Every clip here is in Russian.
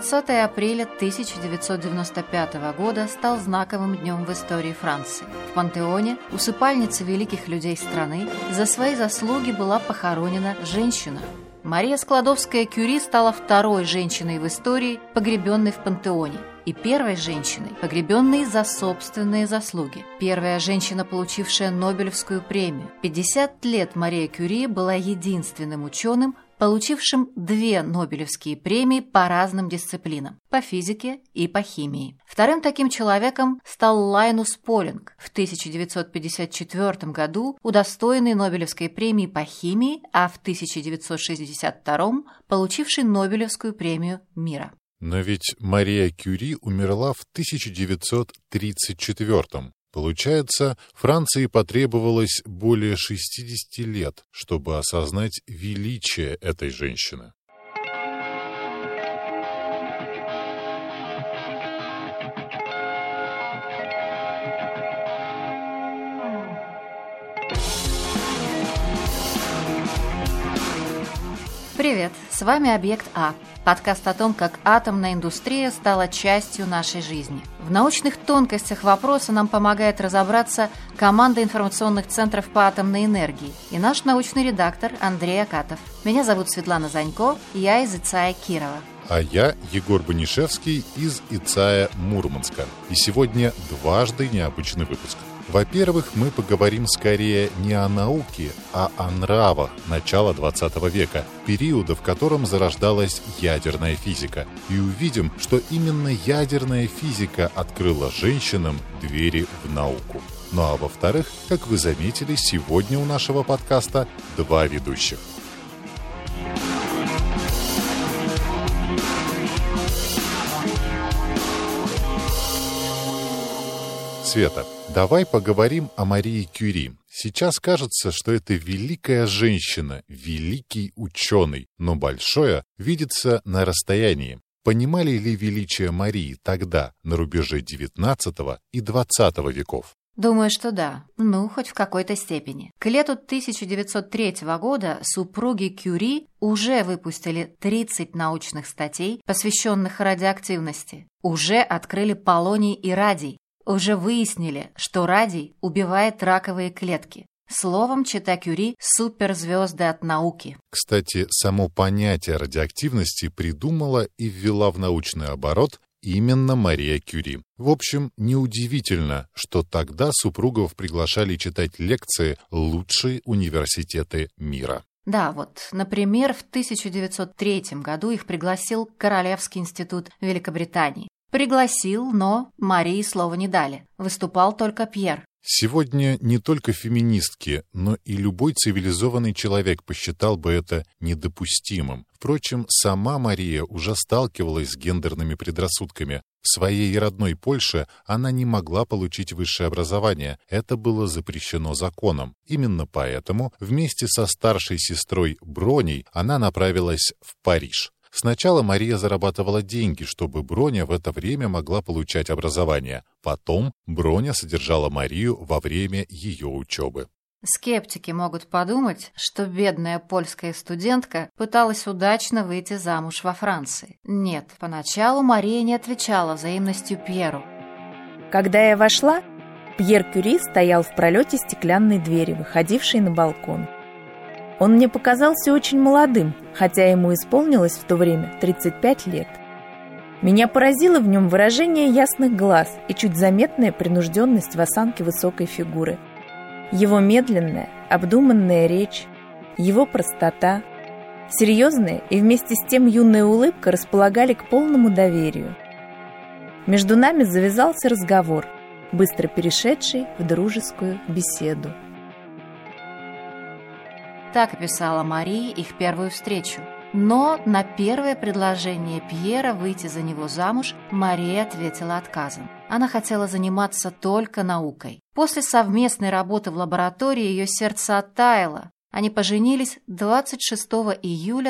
20 апреля 1995 года стал знаковым днем в истории Франции. В Пантеоне, усыпальнице великих людей страны, за свои заслуги была похоронена женщина. Мария Складовская-Кюри стала второй женщиной в истории, погребенной в Пантеоне, и первой женщиной, погребенной за собственные заслуги. Первая женщина, получившая Нобелевскую премию. 50 лет Мария Кюри была единственным ученым, получившим 2 Нобелевские премии по разным дисциплинам – по физике и по химии. Вторым таким человеком стал Лайнус Полинг, в 1954 году удостоенный Нобелевской премии по химии, а в 1962 получивший Нобелевскую премию мира. Но ведь Мария Кюри умерла в 1934. Получается, Франции потребовалось более 60 лет, чтобы осознать величие этой женщины. Привет, с вами «Объект А», подкаст о том, как атомная индустрия стала частью нашей жизни. В научных тонкостях вопроса нам помогает разобраться команда информационных центров по атомной энергии и наш научный редактор Андрей Акатов. Меня зовут Светлана Занько, я из ИЦАЯ Кирова. А я Егор Банишевский из ИЦАЯ Мурманска. И сегодня дважды необычный выпуск. Во-первых, мы поговорим скорее не о науке, а о нравах начала 20 века, периода, в котором зарождалась ядерная физика. И увидим, что именно ядерная физика открыла женщинам двери в науку. Ну а во-вторых, как вы заметили, сегодня у нашего подкаста 2 ведущих. Света, давай поговорим о Марии Кюри. Сейчас кажется, что это великая женщина, великий ученый, но большое видится на расстоянии. Понимали ли величие Марии тогда, на рубеже XIX и XX веков? Думаю, что да. Хоть в какой-то степени. К лету 1903 года супруги Кюри уже выпустили 30 научных статей, посвященных радиоактивности. Уже открыли полоний и радий. Уже выяснили, что радий убивает раковые клетки. Словом, чета Кюри – суперзвезды от науки. Кстати, само понятие радиоактивности придумала и ввела в научный оборот именно Мария Кюри. В общем, неудивительно, что тогда супругов приглашали читать лекции лучшие университеты мира. Да, например, в 1903 году их пригласил Королевский институт Великобритании. Пригласил, но Марии слова не дали. Выступал только Пьер. Сегодня не только феминистки, но и любой цивилизованный человек посчитал бы это недопустимым. Впрочем, сама Мария уже сталкивалась с гендерными предрассудками. В своей родной Польше она не могла получить высшее образование. Это было запрещено законом. Именно поэтому вместе со старшей сестрой Броней она направилась в Париж. Сначала Мария зарабатывала деньги, чтобы Броня в это время могла получать образование. Потом Броня содержала Марию во время ее учебы. Скептики могут подумать, что бедная польская студентка пыталась удачно выйти замуж во Франции. Нет, поначалу Мария не отвечала взаимностью Пьеру. Когда я вошла, Пьер Кюри стоял в пролете стеклянной двери, выходившей на балкон. Он мне показался очень молодым, хотя ему исполнилось в то время 35 лет. Меня поразило в нем выражение ясных глаз и чуть заметная принужденность в осанке высокой фигуры. Его медленная, обдуманная речь, его простота, серьезная и вместе с тем юная улыбка располагали к полному доверию. Между нами завязался разговор, быстро перешедший в дружескую беседу. Так описала Мария их первую встречу. Но на первое предложение Пьера выйти за него замуж Мария ответила отказом. Она хотела заниматься только наукой. После совместной работы в лаборатории ее сердце оттаяло. Они поженились 26 июля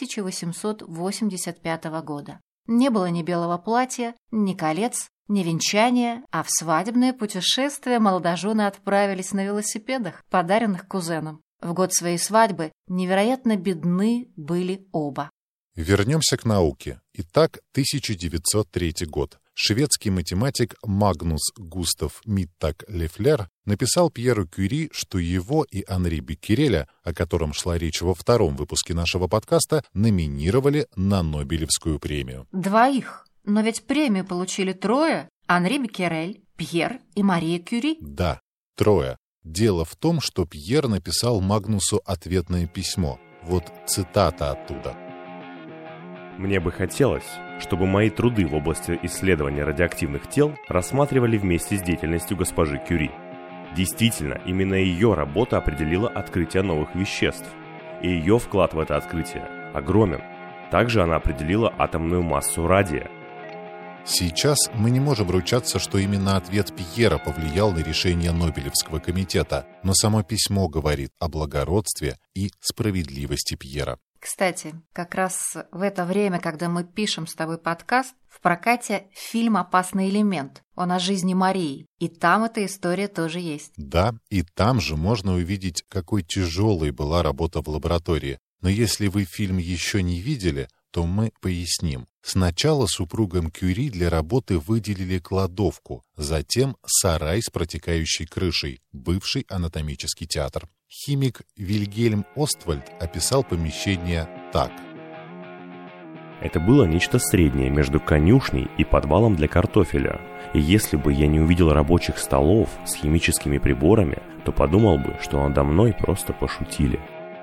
1885 года. Не было ни белого платья, ни колец, ни венчания, а в свадебное путешествие молодожены отправились на велосипедах, подаренных кузеном. В год своей свадьбы невероятно бедны были оба. Вернемся к науке. Итак, 1903 год. Шведский математик Магнус Густав Миттаг-Лефлер написал Пьеру Кюри, что его и Анри Беккереля, о котором шла речь во втором выпуске нашего подкаста, номинировали на Нобелевскую премию. Двоих. Но ведь премию получили трое: Анри Беккерель, Пьер и Мария Кюри. Да, трое. Дело в том, что Пьер написал Магнусу ответное письмо. Вот цитата оттуда. «Мне бы хотелось, чтобы мои труды в области исследования радиоактивных тел рассматривали вместе с деятельностью госпожи Кюри. Действительно, именно ее работа определила открытие новых веществ, и ее вклад в это открытие огромен. Также она определила атомную массу радия». Сейчас мы не можем ручаться, что именно ответ Пьера повлиял на решение Нобелевского комитета, но само письмо говорит о благородстве и справедливости Пьера. Кстати, как раз в это время, когда мы пишем с тобой подкаст, в прокате фильм «Опасный элемент». Он о жизни Марии. И там эта история тоже есть. Да, и там же можно увидеть, какой тяжелой была работа в лаборатории. Но если вы фильм еще не видели, то мы поясним. Сначала супругам Кюри для работы выделили кладовку, затем сарай с протекающей крышей, бывший анатомический театр. Химик Вильгельм Оствальд описал помещение так. Это было нечто среднее между конюшней и подвалом для картофеля. И если бы я не увидел рабочих столов с химическими приборами, то подумал бы, что надо мной просто пошутили.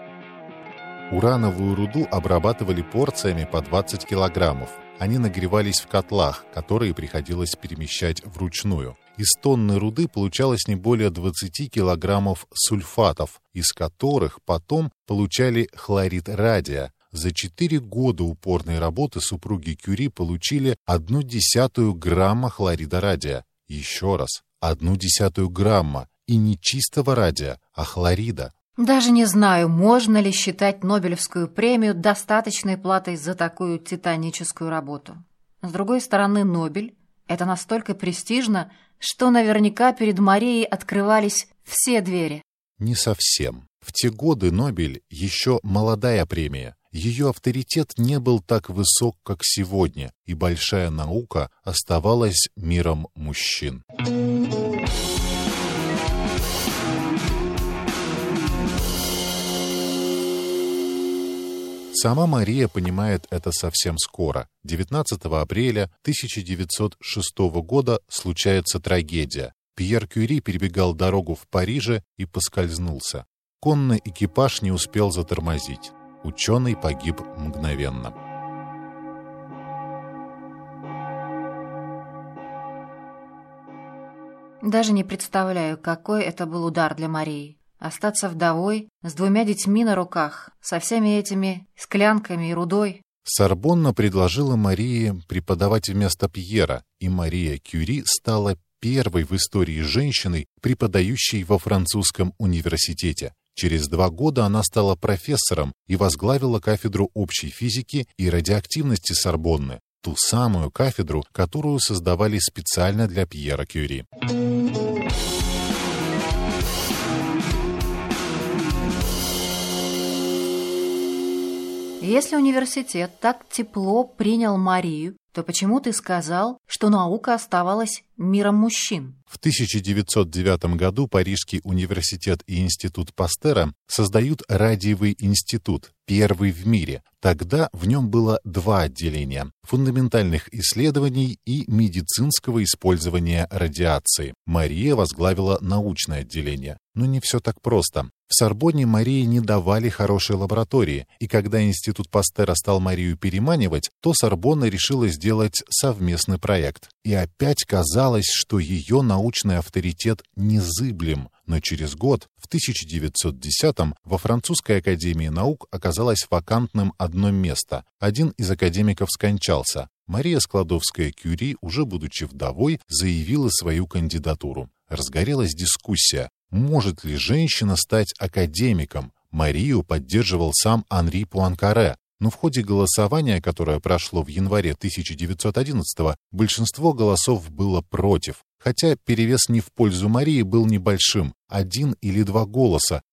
Урановую руду обрабатывали порциями по 20 килограммов. Они нагревались в котлах, которые приходилось перемещать вручную. Из тонны руды получалось не более 20 килограммов сульфатов, из которых потом получали хлорид радия. За 4 года упорной работы супруги Кюри получили 0,1 грамма хлорида радия. Еще раз, 0,1 грамма. И не чистого радия, а хлорида. Даже не знаю, можно ли считать Нобелевскую премию достаточной платой за такую титаническую работу. С другой стороны, Нобель – это настолько престижно, что наверняка перед Марией открывались все двери. Не совсем. В те годы Нобель еще молодая премия. Ее авторитет не был так высок, как сегодня, и большая наука оставалась миром мужчин. Сама Мария понимает это совсем скоро. 19 апреля 1906 года случается трагедия. Пьер Кюри перебегал дорогу в Париже и поскользнулся. Конный экипаж не успел затормозить. Ученый погиб мгновенно. Даже не представляю, какой это был удар для Марии. Остаться вдовой, с 2 детьми на руках, со всеми этими склянками и рудой. Сорбонна предложила Марии преподавать вместо Пьера, и Мария Кюри стала первой в истории женщиной, преподающей во французском университете. Через 2 года она стала профессором и возглавила кафедру общей физики и радиоактивности Сорбонны, ту самую кафедру, которую создавали специально для Пьера Кюри. Если университет так тепло принял Марию, то почему ты сказал, что наука оставалась миром мужчин? В 1909 году Парижский университет и институт Пастера создают радиевый институт, первый в мире. Тогда в нем было 2 отделения – фундаментальных исследований и медицинского использования радиации. Мария возглавила научное отделение. Но не все так просто. В Сорбонне Марии не давали хорошей лаборатории, и когда институт Пастера стал Марию переманивать, то Сорбонна решила сделать совместный проект. И опять казалось, что ее научный авторитет незыблем. Но через год, в 1910-м, во Французской академии наук оказалось вакантным одно место. Один из академиков скончался. Мария Складовская-Кюри, уже будучи вдовой, заявила свою кандидатуру. Разгорелась дискуссия. Может ли женщина стать академиком? Марию поддерживал сам Анри Пуанкаре. Но в ходе голосования, которое прошло в январе 1911-го, большинство голосов было против. Хотя перевес не в пользу Марии был небольшим – 1 или 2 голоса,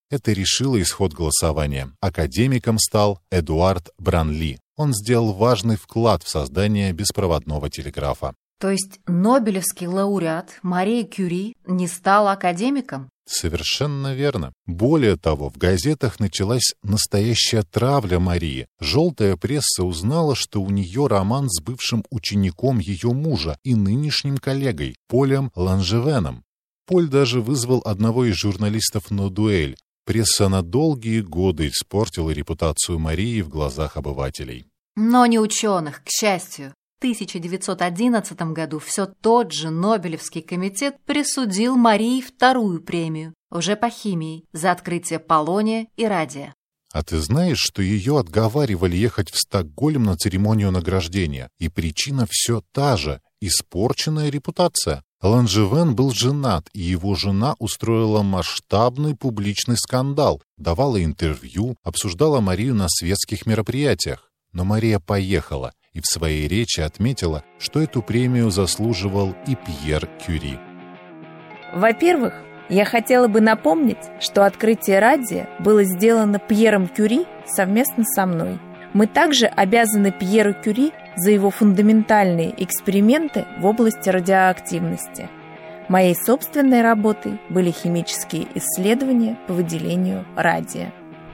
Это решило исход голосования. Академиком стал Эдуард Бранли. Он сделал важный вклад в создание беспроводного телеграфа. То есть Нобелевский лауреат Мария Кюри не стала академиком? Совершенно верно. Более того, в газетах началась настоящая травля Марии. Желтая пресса узнала, что у нее роман с бывшим учеником ее мужа и нынешним коллегой Полем Ланжевеном. Поль даже вызвал одного из журналистов на дуэль. Пресса на долгие годы испортила репутацию Марии в глазах обывателей. Но не ученых, к счастью. В 1911 году все тот же Нобелевский комитет присудил Марии вторую премию, уже по химии, за открытие полония и радия. А ты знаешь, что ее отговаривали ехать в Стокгольм на церемонию награждения, и причина все та же – испорченная репутация. Ланжевен был женат, и его жена устроила масштабный публичный скандал, давала интервью, обсуждала Марию на светских мероприятиях. Но Мария поехала и в своей речи отметила, что эту премию заслуживал и Пьер Кюри. Во-первых, я хотела бы напомнить, что открытие радия было сделано Пьером Кюри совместно со мной. Мы также обязаны Пьеру Кюри за его фундаментальные эксперименты в области радиоактивности. Моей собственной работой были химические исследования по выделению радия.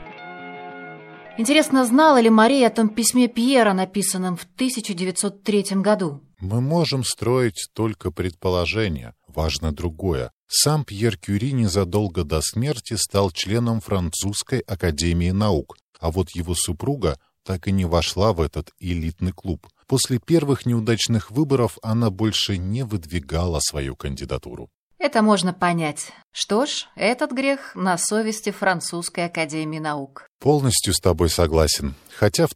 Интересно, знала ли Мария о том письме Пьера, написанном в 1903 году? Мы можем строить только предположения. Важно другое. Сам Пьер Кюри незадолго до смерти стал членом Французской академии наук, а вот его супруга так и не вошла в этот элитный клуб. После первых неудачных выборов она больше не выдвигала свою кандидатуру. Это можно понять. Что ж, этот грех на совести Французской академии наук. Полностью с тобой согласен. Хотя в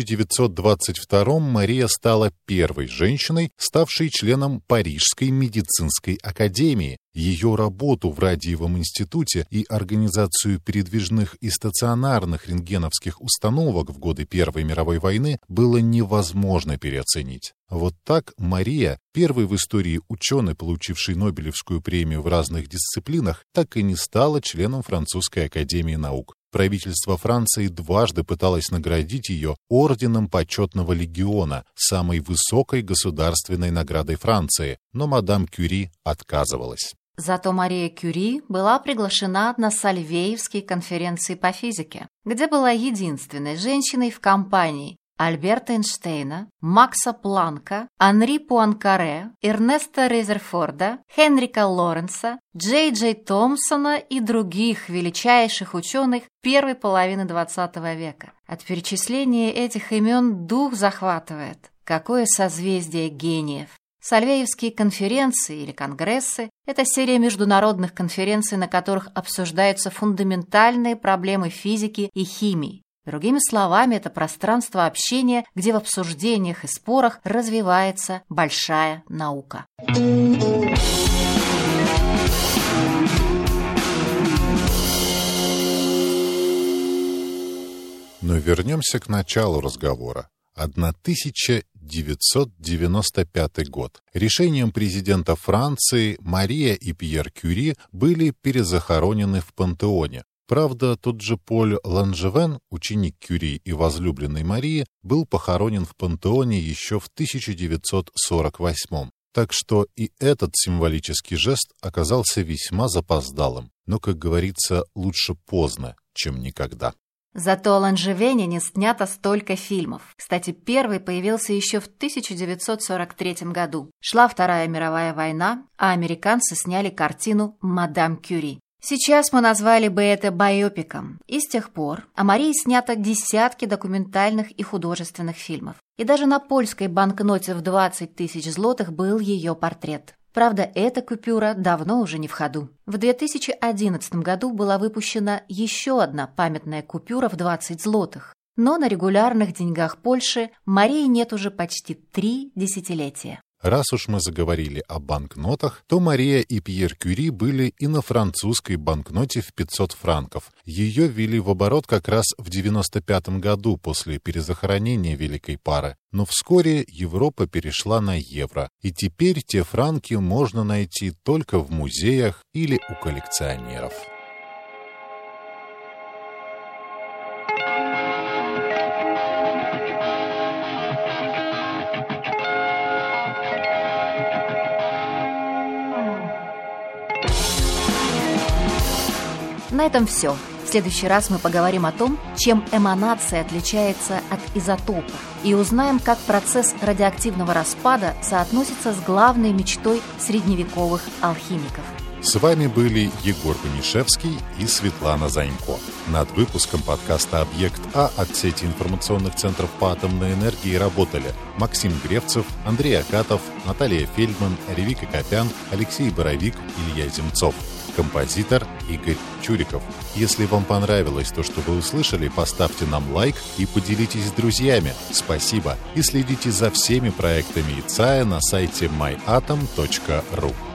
1922-м Мария стала первой женщиной, ставшей членом Парижской медицинской академии. Ее работу в радиевом институте и организацию передвижных и стационарных рентгеновских установок в годы Первой мировой войны было невозможно переоценить. Вот так Мария, первый в истории ученый, получивший Нобелевскую премию в разных дисциплинах, так и не стала членом Французской академии наук. Правительство Франции дважды пыталось наградить ее орденом почетного легиона, самой высокой государственной наградой Франции, но мадам Кюри отказывалась. Зато Мария Кюри была приглашена на Сальвеевские конференции по физике, где была единственной женщиной в компании Альберта Эйнштейна, Макса Планка, Анри Пуанкаре, Эрнеста Резерфорда, Хенрика Лоренса, Джей Томпсона и других величайших ученых первой половины XX века. От перечисления этих имен дух захватывает. Какое созвездие гениев! Сальвеевские конференции или конгрессы – это серия международных конференций, на которых обсуждаются фундаментальные проблемы физики и химии. Другими словами, это пространство общения, где в обсуждениях и спорах развивается большая наука. Но вернемся к началу разговора. 1995 год. Решением президента Франции Мария и Пьер Кюри были перезахоронены в Пантеоне. Правда, тот же Поль Ланжевен, ученик Кюри и возлюбленный Марии, был похоронен в Пантеоне еще в 1948. Так что и этот символический жест оказался весьма запоздалым. Но, как говорится, лучше поздно, чем никогда. Зато о Ланжевене не снято столько фильмов. Кстати, первый появился еще в 1943 году. Шла Вторая мировая война, а американцы сняли картину «Мадам Кюри». Сейчас мы назвали бы это байопиком, и с тех пор о Марии снято десятки документальных и художественных фильмов. И даже на польской банкноте в 20 тысяч злотых был ее портрет. Правда, эта купюра давно уже не в ходу. В 2011 году была выпущена еще одна памятная купюра в 20 злотых. Но на регулярных деньгах Польши Марии нет уже почти 3 десятилетия. Раз уж мы заговорили о банкнотах, то Мария и Пьер Кюри были и на французской банкноте в 500 франков. Ее ввели в оборот как раз в 1995 году после перезахоронения великой пары. Но вскоре Европа перешла на евро, и теперь те франки можно найти только в музеях или у коллекционеров. На этом все. В следующий раз мы поговорим о том, чем эманация отличается от изотопа, и узнаем, как процесс радиоактивного распада соотносится с главной мечтой средневековых алхимиков. С вами были Егор Банишевский и Светлана Занько. Над выпуском подкаста «Объект А» от сети информационных центров по атомной энергии работали Максим Гревцев, Андрей Акатов, Наталья Фельдман, Ревика Копян, Алексей Боровик, Илья Земцов. Композитор Игорь Чуриков. Если вам понравилось то, что вы услышали, поставьте нам лайк и поделитесь с друзьями. Спасибо. И следите за всеми проектами ИЦАЯ на сайте myatom.ru.